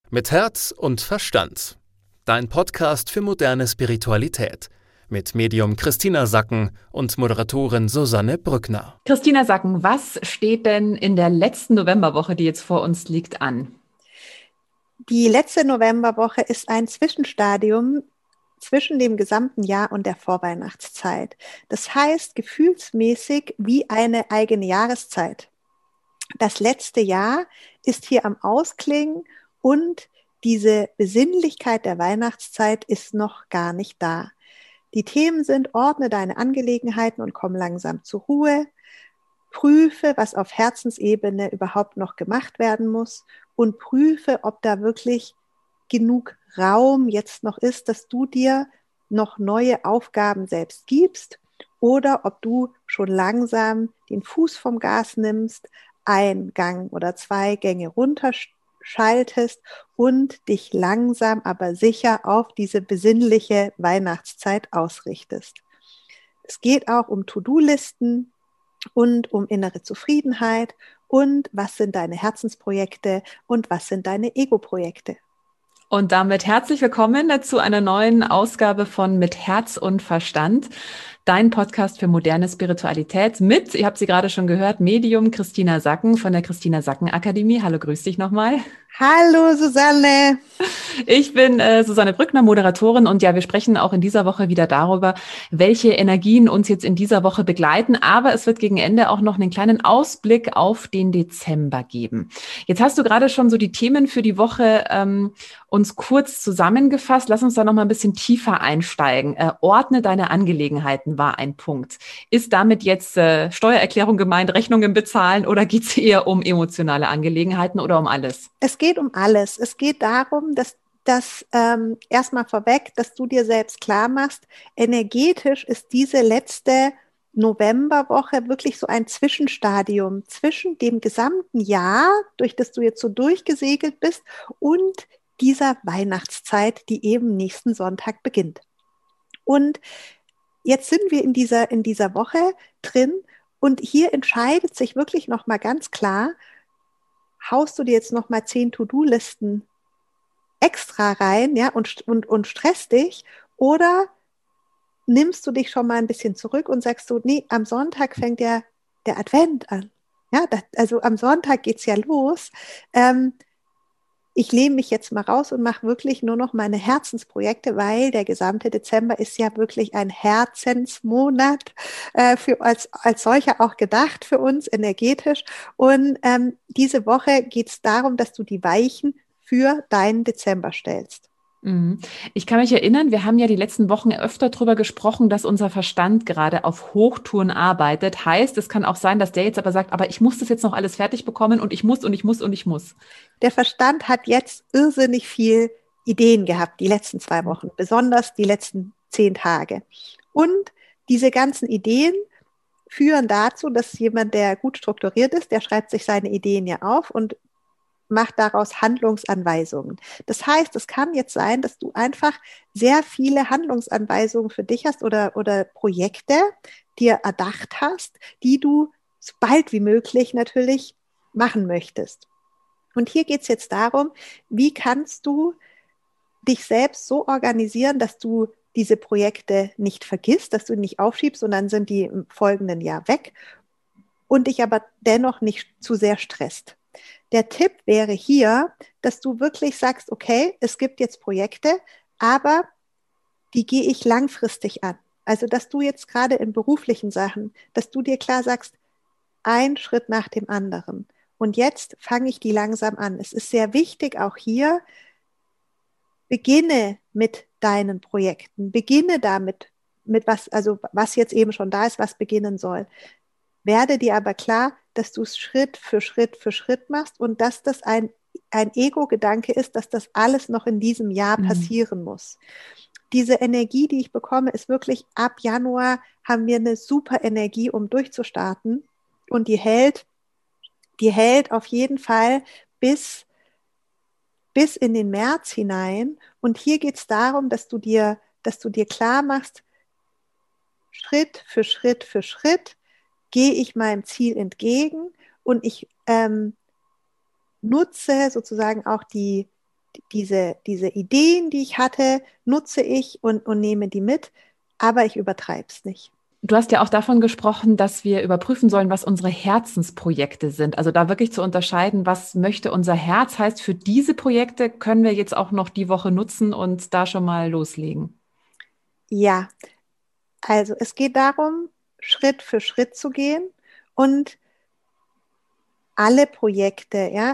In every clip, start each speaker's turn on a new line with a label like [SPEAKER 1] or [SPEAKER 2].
[SPEAKER 1] Mit Herz und Verstand. Dein Podcast für moderne Spiritualität. Mit Medium Christina Sacken und Moderatorin Susanne Brückner.
[SPEAKER 2] Christina Sacken, was steht denn in der letzten Novemberwoche, die jetzt vor uns liegt, an?
[SPEAKER 3] Die letzte Novemberwoche ist ein Zwischenstadium zwischen dem gesamten Jahr und der Vorweihnachtszeit. Das heißt, gefühlsmäßig wie eine eigene Jahreszeit. Das letzte Jahr ist hier am Ausklingen und diese Besinnlichkeit der Weihnachtszeit ist noch gar nicht da. Die Themen sind: Ordne deine Angelegenheiten und komm langsam zur Ruhe. Prüfe, was auf Herzensebene überhaupt noch gemacht werden muss und prüfe, ob da wirklich genug Raum jetzt noch ist, dass du dir noch neue Aufgaben selbst gibst oder ob du schon langsam den Fuß vom Gas nimmst, ein Gang oder 2 Gänge runterschaltest und dich langsam aber sicher auf diese besinnliche Weihnachtszeit ausrichtest. Es geht auch um To-Do-Listen und um innere Zufriedenheit und was sind deine Herzensprojekte und was sind deine Ego-Projekte.
[SPEAKER 2] Und damit herzlich willkommen zu einer neuen Ausgabe von Mit Herz und Verstand, dein Podcast für moderne Spiritualität mit, ihr habt sie gerade schon gehört, Medium Christina Sacken von der Christina Sacken Akademie. Hallo, grüß dich nochmal.
[SPEAKER 3] Hallo Susanne.
[SPEAKER 2] Ich bin Susanne Brückner, Moderatorin, und ja, wir sprechen auch in dieser Woche wieder darüber, welche Energien uns jetzt in dieser Woche begleiten, aber es wird gegen Ende auch noch einen kleinen Ausblick auf den Dezember geben. Jetzt hast du gerade schon so die Themen für die Woche uns kurz zusammengefasst. Lass uns da noch mal ein bisschen tiefer einsteigen. Ordne deine Angelegenheiten war ein Punkt. Ist damit jetzt Steuererklärung gemeint, Rechnungen bezahlen, oder geht es eher um emotionale Angelegenheiten oder um alles?
[SPEAKER 3] Es geht um alles. Es geht darum, dass erstmal vorweg, dass du dir selbst klar machst, energetisch ist diese letzte Novemberwoche wirklich so ein Zwischenstadium zwischen dem gesamten Jahr, durch das du jetzt so durchgesegelt bist, und dieser Weihnachtszeit, die eben nächsten Sonntag beginnt. Und jetzt sind wir in dieser Woche drin und hier entscheidet sich wirklich nochmal ganz klar: Haust du dir jetzt nochmal 10 To-Do-Listen extra rein, ja, und stresst dich, oder nimmst du dich schon mal ein bisschen zurück und sagst so, nee, am Sonntag fängt ja der Advent an. Ja, also am Sonntag geht's ja los. Ich lehne mich jetzt mal raus und mache wirklich nur noch meine Herzensprojekte, weil der gesamte Dezember ist ja wirklich ein Herzensmonat, als solcher auch gedacht für uns energetisch. Und diese Woche geht es darum, dass du die Weichen für deinen Dezember stellst.
[SPEAKER 2] Ich kann mich erinnern, wir haben ja die letzten Wochen öfter darüber gesprochen, dass unser Verstand gerade auf Hochtouren arbeitet. Heißt, es kann auch sein, dass der jetzt aber sagt, aber ich muss das jetzt noch alles fertig bekommen und ich muss und ich muss und ich muss.
[SPEAKER 3] Der Verstand hat jetzt irrsinnig viel Ideen gehabt, die letzten 2 Wochen, besonders die letzten 10 Tage. Und diese ganzen Ideen führen dazu, dass jemand, der gut strukturiert ist, der schreibt sich seine Ideen ja auf und macht daraus Handlungsanweisungen. Das heißt, es kann jetzt sein, dass du einfach sehr viele Handlungsanweisungen für dich hast oder Projekte dir erdacht hast, die du so bald wie möglich natürlich machen möchtest. Und hier geht es jetzt darum, wie kannst du dich selbst so organisieren, dass du diese Projekte nicht vergisst, dass du nicht aufschiebst und dann sind die im folgenden Jahr weg und dich aber dennoch nicht zu sehr stresst. Der Tipp wäre hier, dass du wirklich sagst, okay, es gibt jetzt Projekte, aber die gehe ich langfristig an. Also, dass du jetzt gerade in beruflichen Sachen, dass du dir klar sagst, ein Schritt nach dem anderen. Und jetzt fange ich die langsam an. Es ist sehr wichtig, auch hier, beginne mit deinen Projekten. Beginne damit, mit was jetzt eben schon da ist, was beginnen soll. Werde dir aber klar, dass du es Schritt für Schritt für Schritt machst und dass das ein Ego-Gedanke ist, dass das alles noch in diesem Jahr passieren muss. Diese Energie, die ich bekomme, ist wirklich: ab Januar haben wir eine super Energie, um durchzustarten, und die hält auf jeden Fall bis in den März hinein. Und hier geht es darum, dass du dir klar machst, Schritt für Schritt für Schritt gehe ich meinem Ziel entgegen und ich nutze sozusagen auch die diese Ideen, die ich hatte, nutze ich und nehme die mit, aber ich übertreibe es nicht.
[SPEAKER 2] Du hast ja auch davon gesprochen, dass wir überprüfen sollen, was unsere Herzensprojekte sind. Also da wirklich zu unterscheiden, was möchte unser Herz, heißt, für diese Projekte können wir jetzt auch noch die Woche nutzen und da schon mal loslegen.
[SPEAKER 3] Ja, also es geht darum, Schritt für Schritt zu gehen und alle Projekte, ja,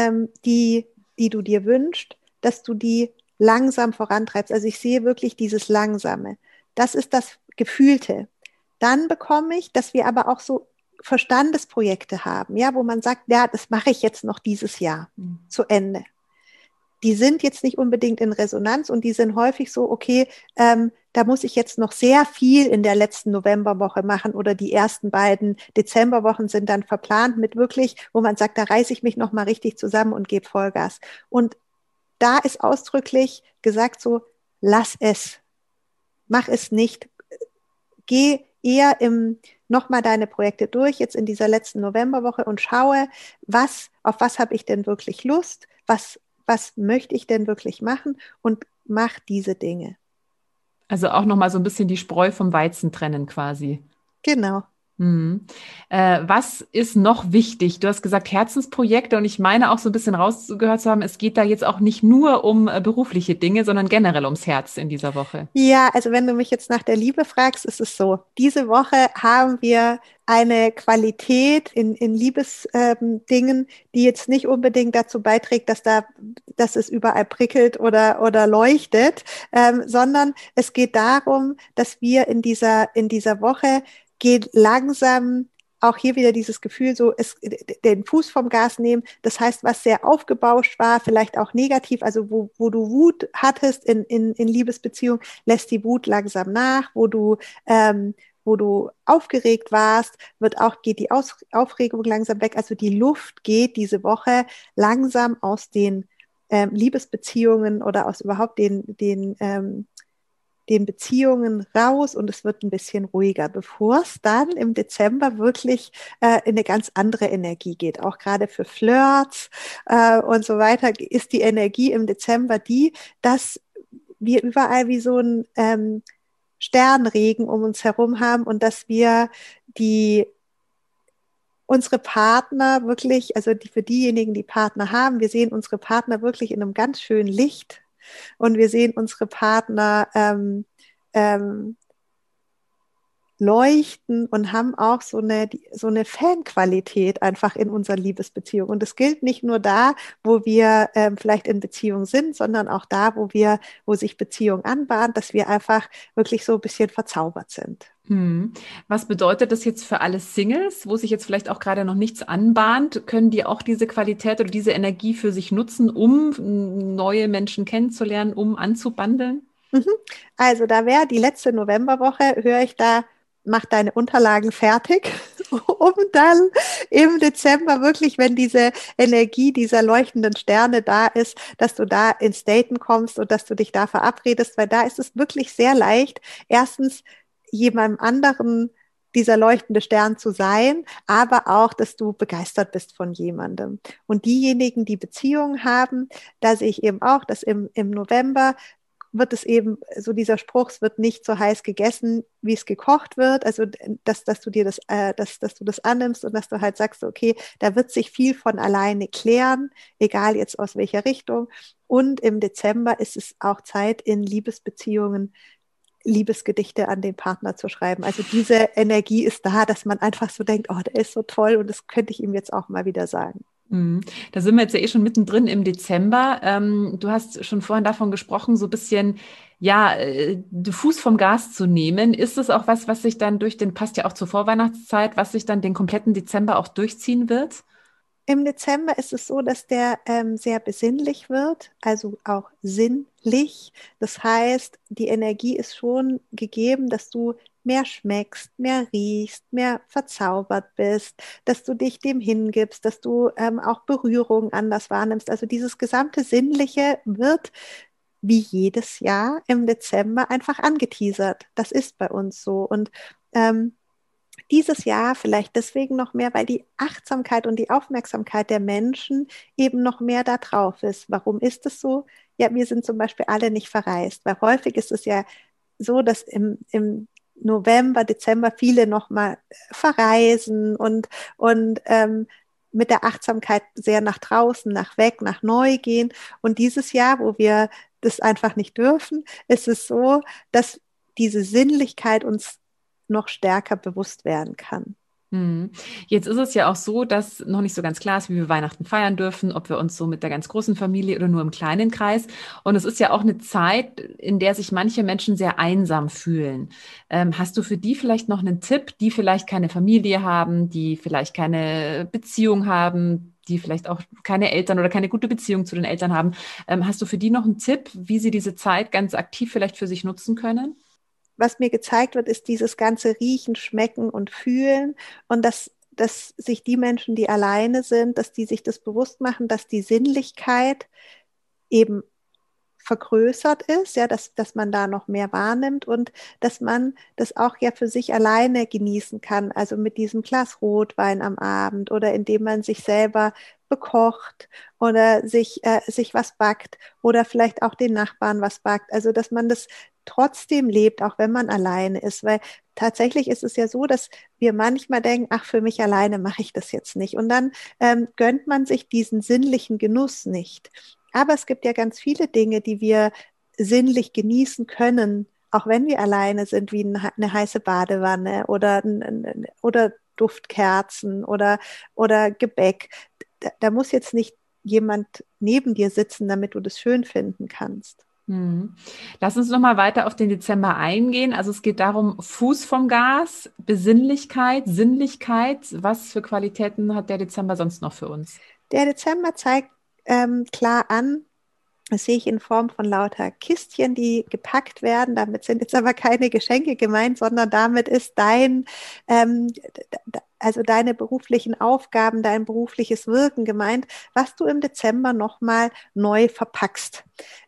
[SPEAKER 3] die du dir wünschst, dass du die langsam vorantreibst. Also ich sehe wirklich dieses Langsame. Das ist das Gefühlte. Dann bekomme ich, dass wir aber auch so Verstandesprojekte haben, ja, wo man sagt, ja, das mache ich jetzt noch dieses Jahr zu Ende. Die sind jetzt nicht unbedingt in Resonanz und die sind häufig so, okay, da muss ich jetzt noch sehr viel in der letzten Novemberwoche machen oder die ersten beiden Dezemberwochen sind dann verplant mit wirklich, wo man sagt, da reiße ich mich nochmal richtig zusammen und gebe Vollgas. Und da ist ausdrücklich gesagt so, lass es, mach es nicht, geh eher nochmal deine Projekte durch, jetzt in dieser letzten Novemberwoche und schaue, auf was habe ich denn wirklich Lust, was möchte ich denn wirklich machen und mach diese Dinge.
[SPEAKER 2] Also auch nochmal so ein bisschen die Spreu vom Weizen trennen quasi.
[SPEAKER 3] Genau.
[SPEAKER 2] Was ist noch wichtig? Du hast gesagt Herzensprojekte und ich meine auch so ein bisschen rausgehört zu haben, es geht da jetzt auch nicht nur um berufliche Dinge, sondern generell ums Herz in dieser Woche.
[SPEAKER 3] Ja, also wenn du mich jetzt nach der Liebe fragst, ist es so, diese Woche haben wir eine Qualität in Liebesdingen, die jetzt nicht unbedingt dazu beiträgt, dass es überall prickelt oder leuchtet, sondern es geht darum, dass wir in dieser Woche geht langsam auch hier wieder dieses Gefühl, so den Fuß vom Gas nehmen. Das heißt, was sehr aufgebauscht war, vielleicht auch negativ, also wo du Wut hattest in Liebesbeziehung, lässt die Wut langsam nach, wo du aufgeregt warst, geht die Aufregung langsam weg. Also die Luft geht diese Woche langsam aus den Liebesbeziehungen oder aus überhaupt den Beziehungen raus und es wird ein bisschen ruhiger, bevor es dann im Dezember wirklich in eine ganz andere Energie geht. Auch gerade für Flirts und so weiter ist die Energie im Dezember die, dass wir überall wie so ein Sternregen um uns herum haben und dass wir unsere Partner wirklich, also für diejenigen, die Partner haben, wir sehen unsere Partner wirklich in einem ganz schönen Licht. Und wir sehen unsere Partner leuchten und haben auch so eine Fanqualität einfach in unserer Liebesbeziehung. Und das gilt nicht nur da, wo wir vielleicht in Beziehung sind, sondern auch da, wo sich Beziehung anbahnt, dass wir einfach wirklich so ein bisschen verzaubert sind.
[SPEAKER 2] Was bedeutet das jetzt für alle Singles, wo sich jetzt vielleicht auch gerade noch nichts anbahnt? Können die auch diese Qualität oder diese Energie für sich nutzen, um neue Menschen kennenzulernen, um anzubandeln?
[SPEAKER 3] Also da wäre die letzte Novemberwoche, höre ich da, mach deine Unterlagen fertig, um dann im Dezember wirklich, wenn diese Energie dieser leuchtenden Sterne da ist, dass du da ins Daten kommst und dass du dich da verabredest, weil da ist es wirklich sehr leicht, erstens jemandem anderen dieser leuchtende Stern zu sein, aber auch, dass du begeistert bist von jemandem. Und diejenigen, die Beziehungen haben, da sehe ich eben auch, dass im November wird es eben, so dieser Spruch, es wird nicht so heiß gegessen, wie es gekocht wird, also dass du dir dass du das annimmst und dass du halt sagst, okay, da wird sich viel von alleine klären, egal jetzt aus welcher Richtung. Und im Dezember ist es auch Zeit, in Liebesbeziehungen Liebesgedichte an den Partner zu schreiben. Also diese Energie ist da, dass man einfach so denkt, oh, der ist so toll und das könnte ich ihm jetzt auch mal wieder sagen.
[SPEAKER 2] Da sind wir jetzt ja eh schon mittendrin im Dezember. Du hast schon vorhin davon gesprochen, so ein bisschen, ja, den Fuß vom Gas zu nehmen. Ist es auch was sich dann passt ja auch zur Vorweihnachtszeit, was sich dann den kompletten Dezember auch durchziehen wird?
[SPEAKER 3] Im Dezember ist es so, dass der sehr besinnlich wird, also auch sinnlich. Das heißt, die Energie ist schon gegeben, dass du mehr schmeckst, mehr riechst, mehr verzaubert bist, dass du dich dem hingibst, dass du auch Berührung anders wahrnimmst. Also dieses gesamte Sinnliche wird wie jedes Jahr im Dezember einfach angeteasert. Das ist bei uns so. Und dieses Jahr vielleicht deswegen noch mehr, weil die Achtsamkeit und die Aufmerksamkeit der Menschen eben noch mehr da drauf ist. Warum ist es so? Ja, wir sind zum Beispiel alle nicht verreist, weil häufig ist es ja so, dass im November, Dezember viele nochmal verreisen und mit der Achtsamkeit sehr nach draußen, nach weg, nach neu gehen. Und dieses Jahr, wo wir das einfach nicht dürfen, ist es so, dass diese Sinnlichkeit uns noch stärker bewusst werden kann.
[SPEAKER 2] Jetzt ist es ja auch so, dass noch nicht so ganz klar ist, wie wir Weihnachten feiern dürfen, ob wir uns so mit der ganz großen Familie oder nur im kleinen Kreis. Und es ist ja auch eine Zeit, in der sich manche Menschen sehr einsam fühlen. Hast du für die vielleicht noch einen Tipp, die vielleicht keine Familie haben, die vielleicht keine Beziehung haben, die vielleicht auch keine Eltern oder keine gute Beziehung zu den Eltern haben? Hast du für die noch einen Tipp, wie sie diese Zeit ganz aktiv vielleicht für sich nutzen können?
[SPEAKER 3] Was mir gezeigt wird, ist dieses ganze Riechen, Schmecken und Fühlen und dass sich die Menschen, die alleine sind, dass die sich das bewusst machen, dass die Sinnlichkeit eben vergrößert ist, ja, dass man da noch mehr wahrnimmt und dass man das auch ja für sich alleine genießen kann, also mit diesem Glas Rotwein am Abend oder indem man sich selber bekocht oder sich was backt oder vielleicht auch den Nachbarn was backt, also dass man das trotzdem lebt, auch wenn man alleine ist, weil tatsächlich ist es ja so, dass wir manchmal denken, ach, für mich alleine mache ich das jetzt nicht und dann gönnt man sich diesen sinnlichen Genuss nicht. Aber es gibt ja ganz viele Dinge, die wir sinnlich genießen können, auch wenn wir alleine sind, wie eine heiße Badewanne oder Duftkerzen oder Gebäck. Da muss jetzt nicht jemand neben dir sitzen, damit du das schön finden kannst.
[SPEAKER 2] Lass uns noch mal weiter auf den Dezember eingehen. Also es geht darum, Fuß vom Gas, Besinnlichkeit, Sinnlichkeit. Was für Qualitäten hat der Dezember sonst noch für uns?
[SPEAKER 3] Der Dezember zeigt klar an, das sehe ich in Form von lauter Kistchen, die gepackt werden. Damit sind jetzt aber keine Geschenke gemeint, sondern damit ist also deine beruflichen Aufgaben, dein berufliches Wirken gemeint, was du im Dezember nochmal neu verpackst.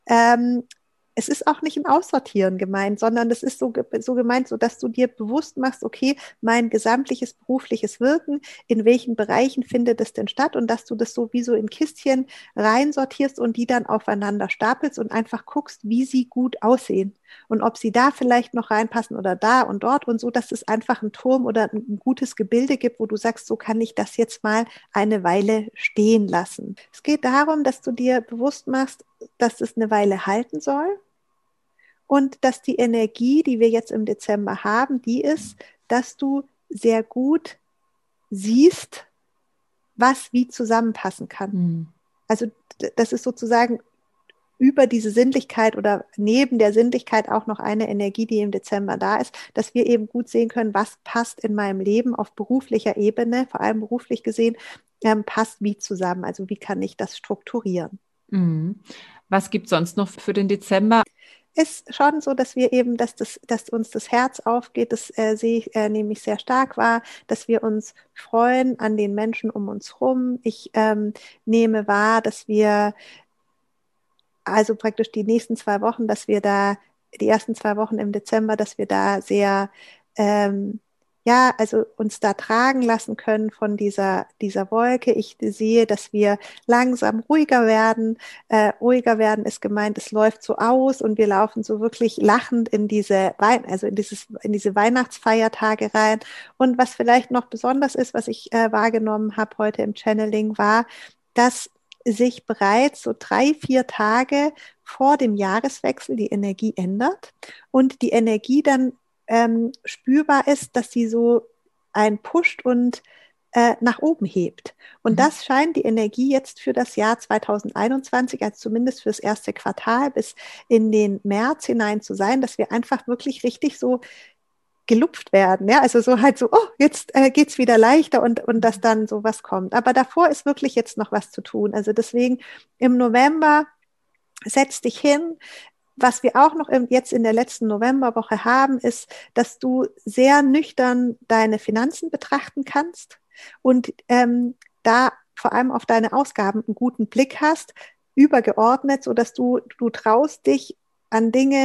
[SPEAKER 3] Es ist auch nicht ein Aussortieren gemeint, sondern es ist so gemeint, so dass du dir bewusst machst, okay, mein gesamtliches berufliches Wirken, in welchen Bereichen findet es denn statt und dass du das so wie so in Kistchen reinsortierst und die dann aufeinander stapelst und einfach guckst, wie sie gut aussehen und ob sie da vielleicht noch reinpassen oder da und dort und so, dass es einfach einen Turm oder ein gutes Gebilde gibt, wo du sagst, so kann ich das jetzt mal eine Weile stehen lassen. Es geht darum, dass du dir bewusst machst, dass es eine Weile halten soll. Und dass die Energie, die wir jetzt im Dezember haben, die ist, dass du sehr gut siehst, was wie zusammenpassen kann. Also das ist sozusagen über diese Sinnlichkeit oder neben der Sinnlichkeit auch noch eine Energie, die im Dezember da ist, dass wir eben gut sehen können, was passt in meinem Leben auf beruflicher Ebene, vor allem beruflich gesehen, passt wie zusammen. Also wie kann ich das strukturieren?
[SPEAKER 2] Was gibt es sonst noch für den Dezember?
[SPEAKER 3] Ist schon so, dass wir eben, dass uns das Herz aufgeht, das sehe ich nämlich sehr stark wahr, dass wir uns freuen an den Menschen um uns herum. Ich nehme wahr, dass wir also praktisch die nächsten 2 Wochen, dass wir da, die ersten 2 Wochen im Dezember, dass wir da sehr ja, also uns da tragen lassen können von dieser Wolke. Ich sehe, dass wir langsam ruhiger werden. Ruhiger werden ist gemeint, es läuft so aus und wir laufen so wirklich lachend in diese in diese Weihnachtsfeiertage rein. Und was vielleicht noch besonders ist, was ich wahrgenommen habe heute im Channeling, war, dass sich bereits so 3, 4 Tage vor dem Jahreswechsel die Energie ändert und die Energie dann spürbar ist, dass sie so einen pusht und nach oben hebt. Und das scheint die Energie jetzt für das Jahr 2021, also zumindest fürs erste Quartal bis in den März hinein zu sein, dass wir einfach wirklich richtig so gelupft werden, ja, also so halt so, oh, jetzt geht's wieder leichter und dass dann sowas kommt. Aber davor ist wirklich jetzt noch was zu tun. Also deswegen im November setz dich hin. Was wir auch noch jetzt in der letzten Novemberwoche haben, ist, dass du sehr nüchtern deine Finanzen betrachten kannst und da vor allem auf deine Ausgaben einen guten Blick hast, übergeordnet, so dass du traust dich an Dinge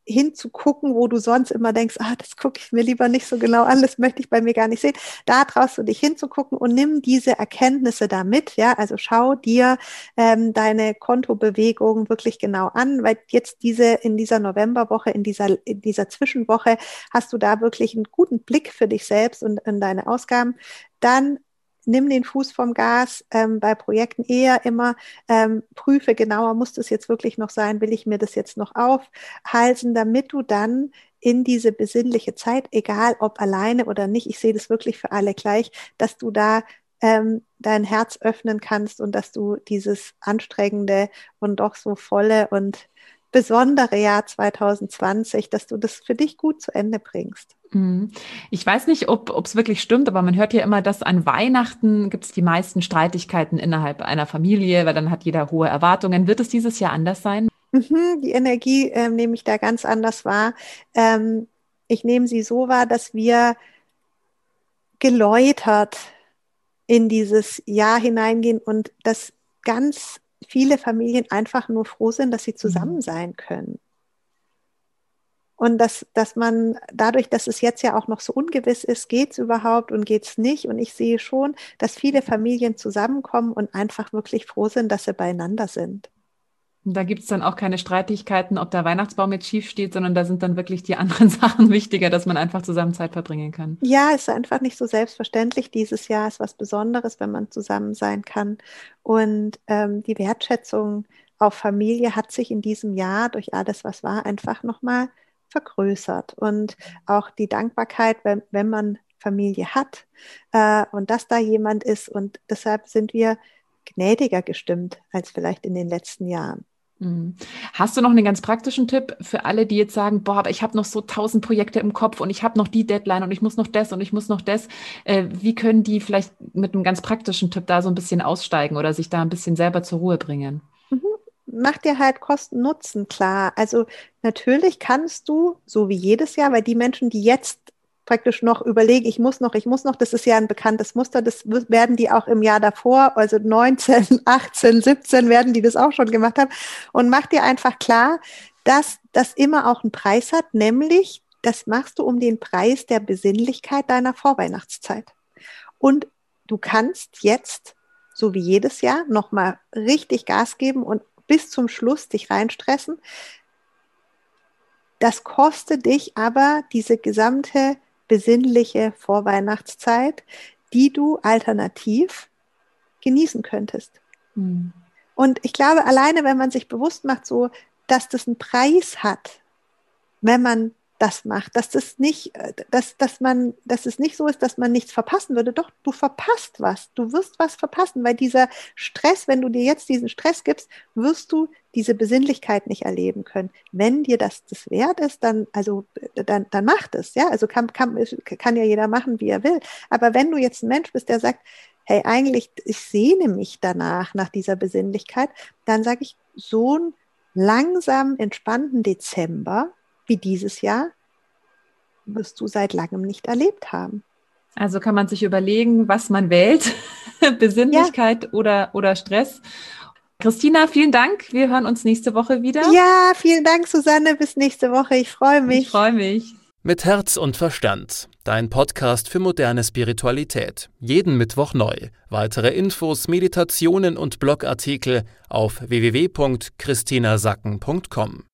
[SPEAKER 3] hinzugucken, wo du sonst immer denkst, das gucke ich mir lieber nicht so genau an, das möchte ich bei mir gar nicht sehen. Da traust du dich hinzugucken und nimm diese Erkenntnisse da mit, ja, also schau dir deine Kontobewegungen wirklich genau an, weil jetzt in dieser Novemberwoche, in dieser Zwischenwoche hast du da wirklich einen guten Blick für dich selbst und in deine Ausgaben. Dann nimm den Fuß vom Gas, bei Projekten eher immer, prüfe genauer, muss das jetzt wirklich noch sein, will ich mir das jetzt noch aufhalsen, damit du dann in diese besinnliche Zeit, egal ob alleine oder nicht, ich sehe das wirklich für alle gleich, dass du da dein Herz öffnen kannst und dass du dieses anstrengende und doch so volle und besondere Jahr 2020, dass du das für dich gut zu Ende bringst.
[SPEAKER 2] Ich weiß nicht, ob es wirklich stimmt, aber man hört ja immer, dass an Weihnachten gibt es die meisten Streitigkeiten innerhalb einer Familie, weil dann hat jeder hohe Erwartungen. Wird es dieses Jahr anders sein?
[SPEAKER 3] Die Energie nehme ich da ganz anders wahr. Ich nehme sie so wahr, dass wir geläutert in dieses Jahr hineingehen und dass ganz viele Familien einfach nur froh sind, dass sie zusammen sein können. Und dass man dadurch, dass es jetzt ja auch noch so ungewiss ist, geht es überhaupt und geht es nicht. Und ich sehe schon, dass viele Familien zusammenkommen und einfach wirklich froh sind, dass sie beieinander sind.
[SPEAKER 2] Und da gibt es dann auch keine Streitigkeiten, ob der Weihnachtsbaum jetzt schief steht, sondern da sind dann wirklich die anderen Sachen wichtiger, dass man einfach zusammen Zeit verbringen kann.
[SPEAKER 3] Ja, es ist einfach nicht so selbstverständlich. Dieses Jahr ist was Besonderes, wenn man zusammen sein kann. Und die Wertschätzung auf Familie hat sich in diesem Jahr durch alles, was war, einfach nochmal vergrößert. Und auch die Dankbarkeit, wenn man Familie hat und dass da jemand ist. Und deshalb sind wir gnädiger gestimmt als vielleicht in den letzten Jahren.
[SPEAKER 2] Hast du noch einen ganz praktischen Tipp für alle, die jetzt sagen, aber ich habe noch so 1000 Projekte im Kopf und ich habe noch die Deadline und ich muss noch das und ich muss noch das. Wie können die vielleicht mit einem ganz praktischen Tipp da so ein bisschen aussteigen oder sich da ein bisschen selber zur Ruhe bringen?
[SPEAKER 3] Mach dir halt Kosten-Nutzen klar. Also natürlich kannst du, so wie jedes Jahr, weil die Menschen, die jetzt praktisch noch überlegen, ich muss noch, das ist ja ein bekanntes Muster, das werden die auch im Jahr davor, also 19, 18, 17 werden die das auch schon gemacht haben. Und mach dir einfach klar, dass das immer auch einen Preis hat, nämlich das machst du um den Preis der Besinnlichkeit deiner Vorweihnachtszeit. Und du kannst jetzt, so wie jedes Jahr, nochmal richtig Gas geben und bis zum Schluss dich reinstressen. Das kostet dich aber diese gesamte besinnliche Vorweihnachtszeit, die du alternativ genießen könntest. Und ich glaube, alleine, wenn man sich bewusst macht, so, dass das einen Preis hat, wenn man das macht, dass es nicht so ist, dass man nichts verpassen würde. Doch, du verpasst was. Du wirst was verpassen, weil dieser Stress, wenn du dir jetzt diesen Stress gibst, wirst du diese Besinnlichkeit nicht erleben können. Wenn dir das wert ist, dann macht es, ja. Also kann ja jeder machen, wie er will. Aber wenn du jetzt ein Mensch bist, der sagt, hey, eigentlich, ich sehne mich danach, nach dieser Besinnlichkeit, dann sage ich, so einen langsam entspannten Dezember wie dieses Jahr, wirst du seit langem nicht erlebt haben.
[SPEAKER 2] Also kann man sich überlegen, was man wählt, Besinnlichkeit oder Stress. Christina, vielen Dank. Wir hören uns nächste Woche wieder.
[SPEAKER 3] Ja, vielen Dank, Susanne. Bis nächste Woche. Ich freue mich.
[SPEAKER 2] Ich freue mich.
[SPEAKER 1] Mit Herz und Verstand. Dein Podcast für moderne Spiritualität. Jeden Mittwoch neu. Weitere Infos, Meditationen und Blogartikel auf www.christinasacken.com.